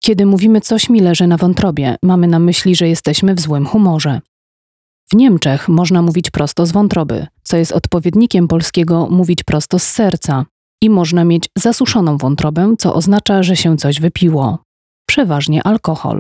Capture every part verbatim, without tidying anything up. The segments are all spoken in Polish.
Kiedy mówimy coś mi leży na wątrobie, mamy na myśli, że jesteśmy w złym humorze. W Niemczech można mówić prosto z wątroby, co jest odpowiednikiem polskiego mówić prosto z serca. I można mieć zasuszoną wątrobę, co oznacza, że się coś wypiło. Przeważnie alkohol.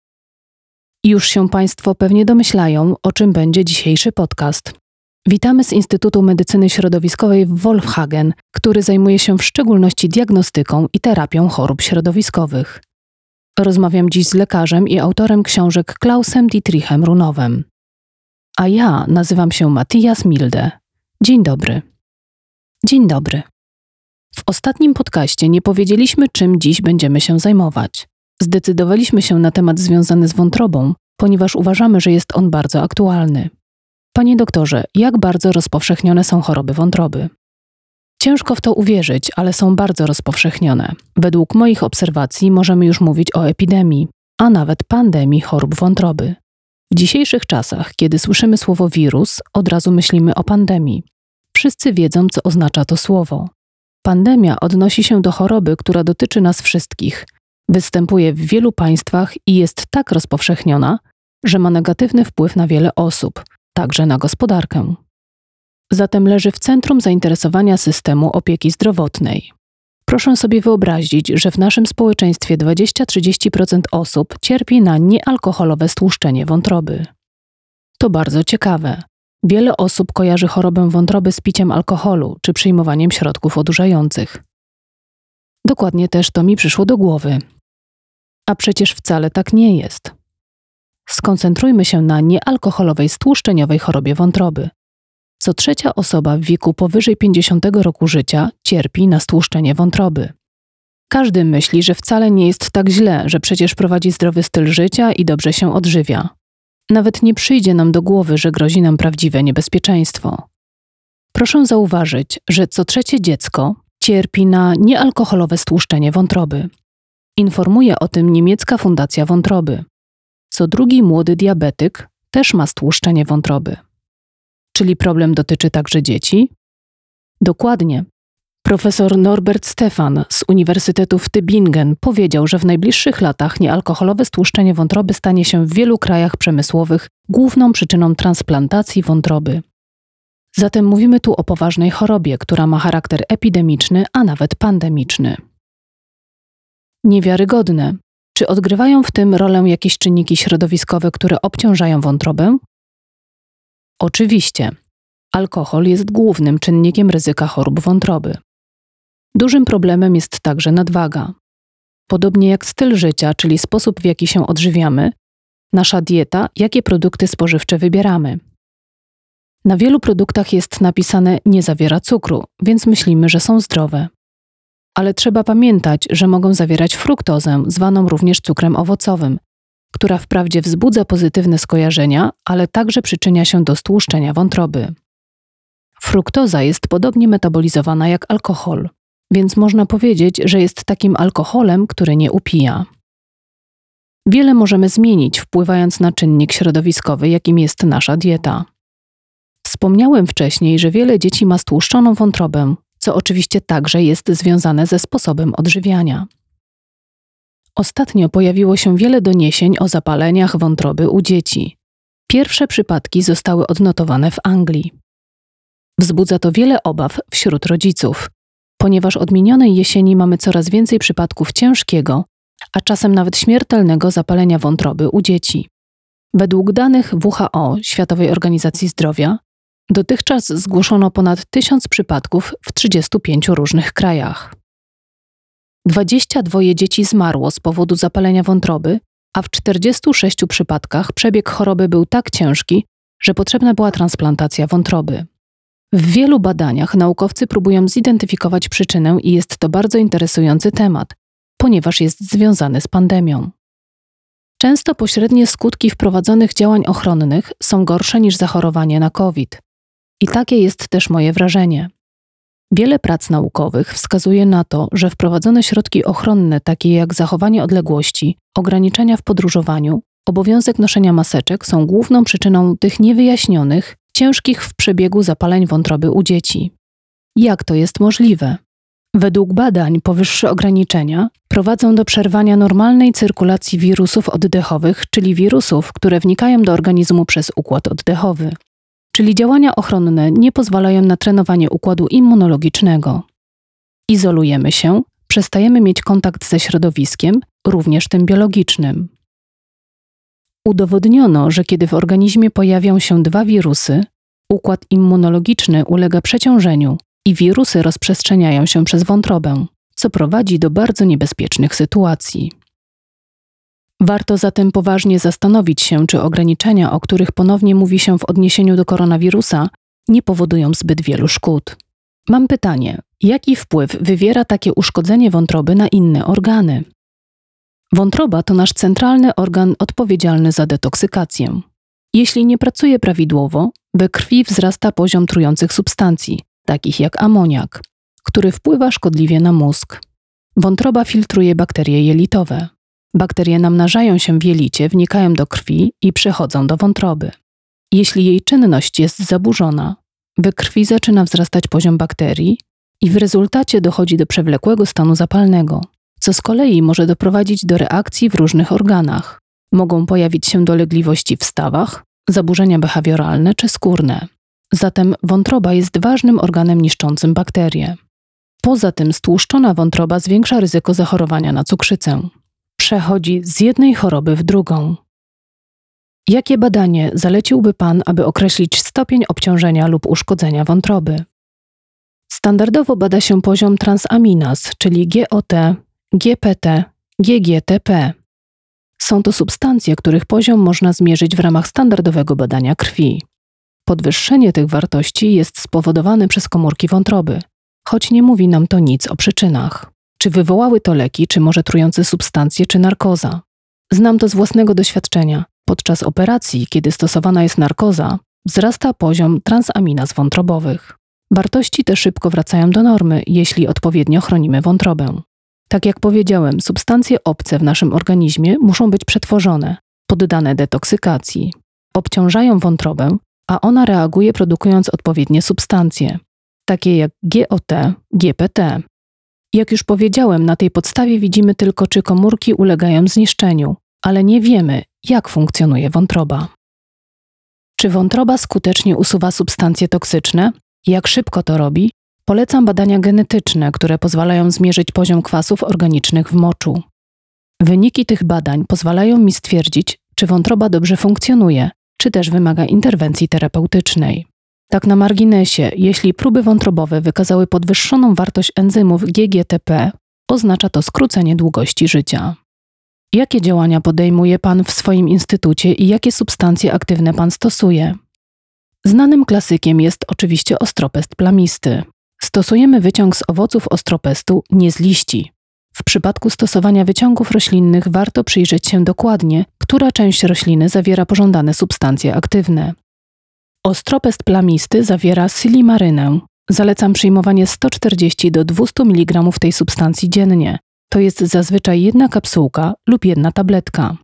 I już się Państwo pewnie domyślają, o czym będzie dzisiejszy podcast. Witamy z Instytutu Medycyny Środowiskowej w Wolfhagen, który zajmuje się w szczególności diagnostyką i terapią chorób środowiskowych. Rozmawiam dziś z lekarzem i autorem książek Klausem Dietrichem Runowem. A ja nazywam się Matthias Milde. Dzień dobry. Dzień dobry. W ostatnim podcaście nie powiedzieliśmy, czym dziś będziemy się zajmować. Zdecydowaliśmy się na temat związany z wątrobą, ponieważ uważamy, że jest on bardzo aktualny. Panie doktorze, jak bardzo rozpowszechnione są choroby wątroby? Ciężko w to uwierzyć, ale są bardzo rozpowszechnione. Według moich obserwacji możemy już mówić o epidemii, a nawet pandemii chorób wątroby. W dzisiejszych czasach, kiedy słyszymy słowo wirus, od razu myślimy o pandemii. Wszyscy wiedzą, co oznacza to słowo. Pandemia odnosi się do choroby, która dotyczy nas wszystkich. Występuje w wielu państwach i jest tak rozpowszechniona, że ma negatywny wpływ na wiele osób, także na gospodarkę. Zatem leży w centrum zainteresowania systemu opieki zdrowotnej. Proszę sobie wyobrazić, że w naszym społeczeństwie dwadzieścia do trzydziestu procent osób cierpi na niealkoholowe stłuszczenie wątroby. To bardzo ciekawe. Wiele osób kojarzy chorobę wątroby z piciem alkoholu czy przyjmowaniem środków odurzających. Dokładnie też to mi przyszło do głowy. A przecież wcale tak nie jest. Skoncentrujmy się na niealkoholowej stłuszczeniowej chorobie wątroby. Co trzecia osoba w wieku powyżej pięćdziesiątego roku życia cierpi na stłuszczenie wątroby. Każdy myśli, że wcale nie jest tak źle, że przecież prowadzi zdrowy styl życia i dobrze się odżywia. Nawet nie przyjdzie nam do głowy, że grozi nam prawdziwe niebezpieczeństwo. Proszę zauważyć, że co trzecie dziecko cierpi na niealkoholowe stłuszczenie wątroby. Informuje o tym niemiecka Fundacja Wątroby. Co drugi młody diabetyk też ma stłuszczenie wątroby. Czyli problem dotyczy także dzieci? Dokładnie. Profesor Norbert Stephan z Uniwersytetu w Tübingen powiedział, że w najbliższych latach niealkoholowe stłuszczenie wątroby stanie się w wielu krajach przemysłowych główną przyczyną transplantacji wątroby. Zatem mówimy tu o poważnej chorobie, która ma charakter epidemiczny, a nawet pandemiczny. Niewiarygodne. Czy odgrywają w tym rolę jakieś czynniki środowiskowe, które obciążają wątrobę? Oczywiście. Alkohol jest głównym czynnikiem ryzyka chorób wątroby. Dużym problemem jest także nadwaga. Podobnie jak styl życia, czyli sposób, w jaki się odżywiamy, nasza dieta, jakie produkty spożywcze wybieramy. Na wielu produktach jest napisane nie zawiera cukru, więc myślimy, że są zdrowe. Ale trzeba pamiętać, że mogą zawierać fruktozę, zwaną również cukrem owocowym, która wprawdzie wzbudza pozytywne skojarzenia, ale także przyczynia się do stłuszczenia wątroby. Fruktoza jest podobnie metabolizowana jak alkohol, więc można powiedzieć, że jest takim alkoholem, który nie upija. Wiele możemy zmienić, wpływając na czynnik środowiskowy, jakim jest nasza dieta. Wspomniałem wcześniej, że wiele dzieci ma stłuszczoną wątrobę, co oczywiście także jest związane ze sposobem odżywiania. Ostatnio pojawiło się wiele doniesień o zapaleniach wątroby u dzieci. Pierwsze przypadki zostały odnotowane w Anglii. Wzbudza to wiele obaw wśród rodziców, ponieważ od minionej jesieni mamy coraz więcej przypadków ciężkiego, a czasem nawet śmiertelnego zapalenia wątroby u dzieci. Według danych W H O, Światowej Organizacji Zdrowia, dotychczas zgłoszono ponad tysiąc przypadków w trzydziestu pięciu różnych krajach. dwadzieścia dwa dzieci zmarło z powodu zapalenia wątroby, a w czterdziestu sześciu przypadkach przebieg choroby był tak ciężki, że potrzebna była transplantacja wątroby. W wielu badaniach naukowcy próbują zidentyfikować przyczynę i jest to bardzo interesujący temat, ponieważ jest związany z pandemią. Często pośrednie skutki wprowadzonych działań ochronnych są gorsze niż zachorowanie na COVID. I takie jest też moje wrażenie. Wiele prac naukowych wskazuje na to, że wprowadzone środki ochronne, takie jak zachowanie odległości, ograniczenia w podróżowaniu, obowiązek noszenia maseczek są główną przyczyną tych niewyjaśnionych, ciężkich w przebiegu zapaleń wątroby u dzieci. Jak to jest możliwe? Według badań powyższe ograniczenia prowadzą do przerwania normalnej cyrkulacji wirusów oddechowych, czyli wirusów, które wnikają do organizmu przez układ oddechowy. Czyli działania ochronne nie pozwalają na trenowanie układu immunologicznego. Izolujemy się, przestajemy mieć kontakt ze środowiskiem, również tym biologicznym. Udowodniono, że kiedy w organizmie pojawią się dwa wirusy, układ immunologiczny ulega przeciążeniu i wirusy rozprzestrzeniają się przez wątrobę, co prowadzi do bardzo niebezpiecznych sytuacji. Warto zatem poważnie zastanowić się, czy ograniczenia, o których ponownie mówi się w odniesieniu do koronawirusa, nie powodują zbyt wielu szkód. Mam pytanie, jaki wpływ wywiera takie uszkodzenie wątroby na inne organy? Wątroba to nasz centralny organ odpowiedzialny za detoksykację. Jeśli nie pracuje prawidłowo, we krwi wzrasta poziom trujących substancji, takich jak amoniak, który wpływa szkodliwie na mózg. Wątroba filtruje bakterie jelitowe. Bakterie namnażają się w jelicie, wnikają do krwi i przechodzą do wątroby. Jeśli jej czynność jest zaburzona, we krwi zaczyna wzrastać poziom bakterii i w rezultacie dochodzi do przewlekłego stanu zapalnego, co z kolei może doprowadzić do reakcji w różnych organach. Mogą pojawić się dolegliwości w stawach, zaburzenia behawioralne czy skórne. Zatem wątroba jest ważnym organem niszczącym bakterie. Poza tym stłuszczona wątroba zwiększa ryzyko zachorowania na cukrzycę. Przechodzi z jednej choroby w drugą. Jakie badanie zaleciłby Pan, aby określić stopień obciążenia lub uszkodzenia wątroby? Standardowo bada się poziom transaminaz, czyli G O T, G P T, G G T P. Są to substancje, których poziom można zmierzyć w ramach standardowego badania krwi. Podwyższenie tych wartości jest spowodowane przez komórki wątroby, choć nie mówi nam to nic o przyczynach. Czy wywołały to leki, czy może trujące substancje, czy narkoza? Znam to z własnego doświadczenia. Podczas operacji, kiedy stosowana jest narkoza, wzrasta poziom transaminaz wątrobowych. Wartości te szybko wracają do normy, jeśli odpowiednio chronimy wątrobę. Tak jak powiedziałem, substancje obce w naszym organizmie muszą być przetworzone, poddane detoksykacji. Obciążają wątrobę, a ona reaguje produkując odpowiednie substancje, takie jak G O T, G P T. Jak już powiedziałem, na tej podstawie widzimy tylko, czy komórki ulegają zniszczeniu, ale nie wiemy, jak funkcjonuje wątroba. Czy wątroba skutecznie usuwa substancje toksyczne? Jak szybko to robi? Polecam badania genetyczne, które pozwalają zmierzyć poziom kwasów organicznych w moczu. Wyniki tych badań pozwalają mi stwierdzić, czy wątroba dobrze funkcjonuje, czy też wymaga interwencji terapeutycznej. Tak na marginesie, jeśli próby wątrobowe wykazały podwyższoną wartość enzymów G G T P, oznacza to skrócenie długości życia. Jakie działania podejmuje Pan w swoim instytucie i jakie substancje aktywne Pan stosuje? Znanym klasykiem jest oczywiście ostropest plamisty. Stosujemy wyciąg z owoców ostropestu, nie z liści. W przypadku stosowania wyciągów roślinnych warto przyjrzeć się dokładnie, która część rośliny zawiera pożądane substancje aktywne. Ostropest plamisty zawiera silimarynę. Zalecam przyjmowanie sto czterdzieści do dwustu miligramów tej substancji dziennie. To jest zazwyczaj jedna kapsułka lub jedna tabletka.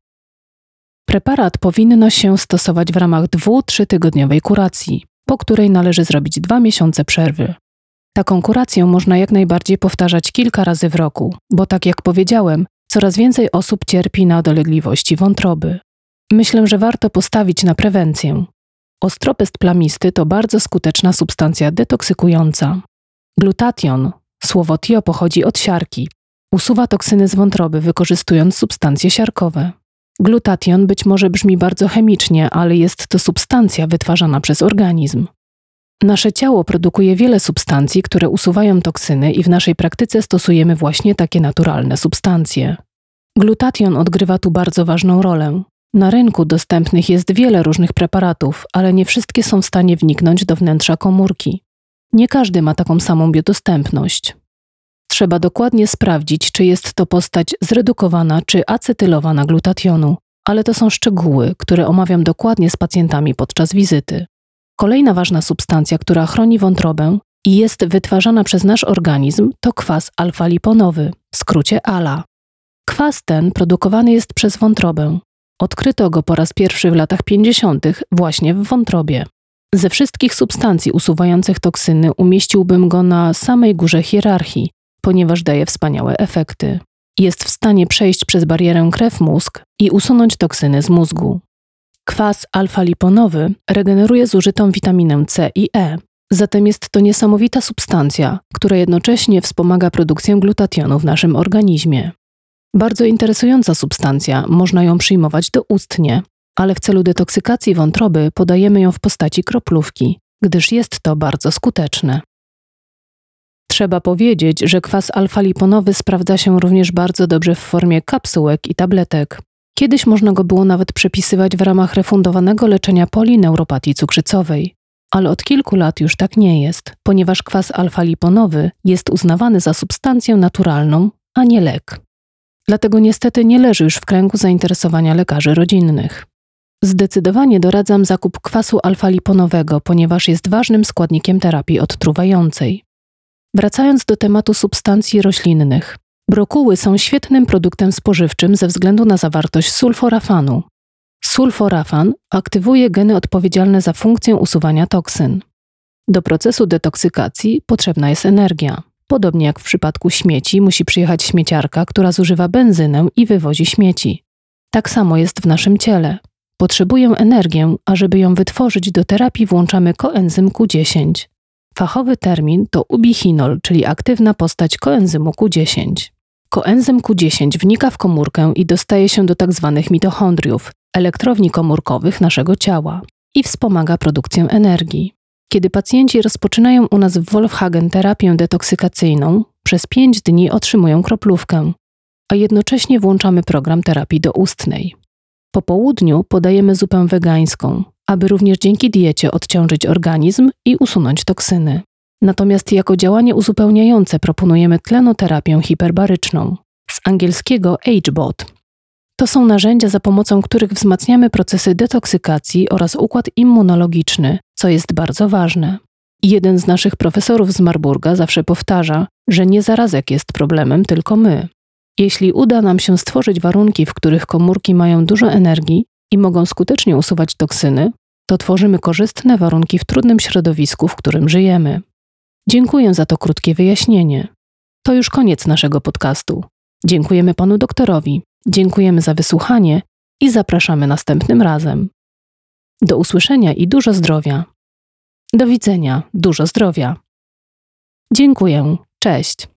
Preparat powinno się stosować w ramach dwu-trzy tygodniowej kuracji, po której należy zrobić dwa miesiące przerwy. Taką kurację można jak najbardziej powtarzać kilka razy w roku, bo tak jak powiedziałem, coraz więcej osób cierpi na dolegliwości wątroby. Myślę, że warto postawić na prewencję. Ostropest plamisty to bardzo skuteczna substancja detoksykująca. Glutation, słowo tio pochodzi od siarki, usuwa toksyny z wątroby wykorzystując substancje siarkowe. Glutation być może brzmi bardzo chemicznie, ale jest to substancja wytwarzana przez organizm. Nasze ciało produkuje wiele substancji, które usuwają toksyny i w naszej praktyce stosujemy właśnie takie naturalne substancje. Glutation odgrywa tu bardzo ważną rolę. Na rynku dostępnych jest wiele różnych preparatów, ale nie wszystkie są w stanie wniknąć do wnętrza komórki. Nie każdy ma taką samą biodostępność. Trzeba dokładnie sprawdzić, czy jest to postać zredukowana czy acetylowana glutationu, ale to są szczegóły, które omawiam dokładnie z pacjentami podczas wizyty. Kolejna ważna substancja, która chroni wątrobę i jest wytwarzana przez nasz organizm, to kwas alfa-liponowy, w skrócie A L A. Kwas ten produkowany jest przez wątrobę. Odkryto go po raz pierwszy w latach pięćdziesiątych właśnie w wątrobie. Ze wszystkich substancji usuwających toksyny umieściłbym go na samej górze hierarchii, ponieważ daje wspaniałe efekty. Jest w stanie przejść przez barierę krew-mózg i usunąć toksyny z mózgu. Kwas alfa-liponowy regeneruje zużytą witaminę C i E, zatem jest to niesamowita substancja, która jednocześnie wspomaga produkcję glutationu w naszym organizmie. Bardzo interesująca substancja, można ją przyjmować doustnie, ale w celu detoksykacji wątroby podajemy ją w postaci kroplówki, gdyż jest to bardzo skuteczne. Trzeba powiedzieć, że kwas alfa-liponowy sprawdza się również bardzo dobrze w formie kapsułek i tabletek. Kiedyś można go było nawet przepisywać w ramach refundowanego leczenia polineuropatii cukrzycowej, ale od kilku lat już tak nie jest, ponieważ kwas alfa-liponowy jest uznawany za substancję naturalną, a nie lek. Dlatego niestety nie leży już w kręgu zainteresowania lekarzy rodzinnych. Zdecydowanie doradzam zakup kwasu alfa-liponowego, ponieważ jest ważnym składnikiem terapii odtruwającej. Wracając do tematu substancji roślinnych. Brokuły są świetnym produktem spożywczym ze względu na zawartość sulforafanu. Sulforafan aktywuje geny odpowiedzialne za funkcję usuwania toksyn. Do procesu detoksykacji potrzebna jest energia. Podobnie jak w przypadku śmieci musi przyjechać śmieciarka, która zużywa benzynę i wywozi śmieci. Tak samo jest w naszym ciele. Potrzebuję energię, a żeby ją wytworzyć do terapii włączamy koenzym Q dziesięć. Fachowy termin to ubichinol, czyli aktywna postać koenzymu Q dziesięć. Koenzym Q dziesięć wnika w komórkę i dostaje się do tzw. mitochondriów, elektrowni komórkowych naszego ciała i wspomaga produkcję energii. Kiedy pacjenci rozpoczynają u nas w Wolfhagen terapię detoksykacyjną, przez pięć dni otrzymują kroplówkę, a jednocześnie włączamy program terapii doustnej. Po południu podajemy zupę wegańską, aby również dzięki diecie odciążyć organizm i usunąć toksyny. Natomiast jako działanie uzupełniające proponujemy tlenoterapię hiperbaryczną, z angielskiego H B O T. To są narzędzia, za pomocą których wzmacniamy procesy detoksykacji oraz układ immunologiczny, co jest bardzo ważne. Jeden z naszych profesorów z Marburga zawsze powtarza, że nie zarazek jest problemem, tylko my. Jeśli uda nam się stworzyć warunki, w których komórki mają dużo energii i mogą skutecznie usuwać toksyny, to tworzymy korzystne warunki w trudnym środowisku, w którym żyjemy. Dziękuję za to krótkie wyjaśnienie. To już koniec naszego podcastu. Dziękujemy panu doktorowi, dziękujemy za wysłuchanie i zapraszamy następnym razem. Do usłyszenia i dużo zdrowia. Do widzenia, dużo zdrowia. Dziękuję, cześć.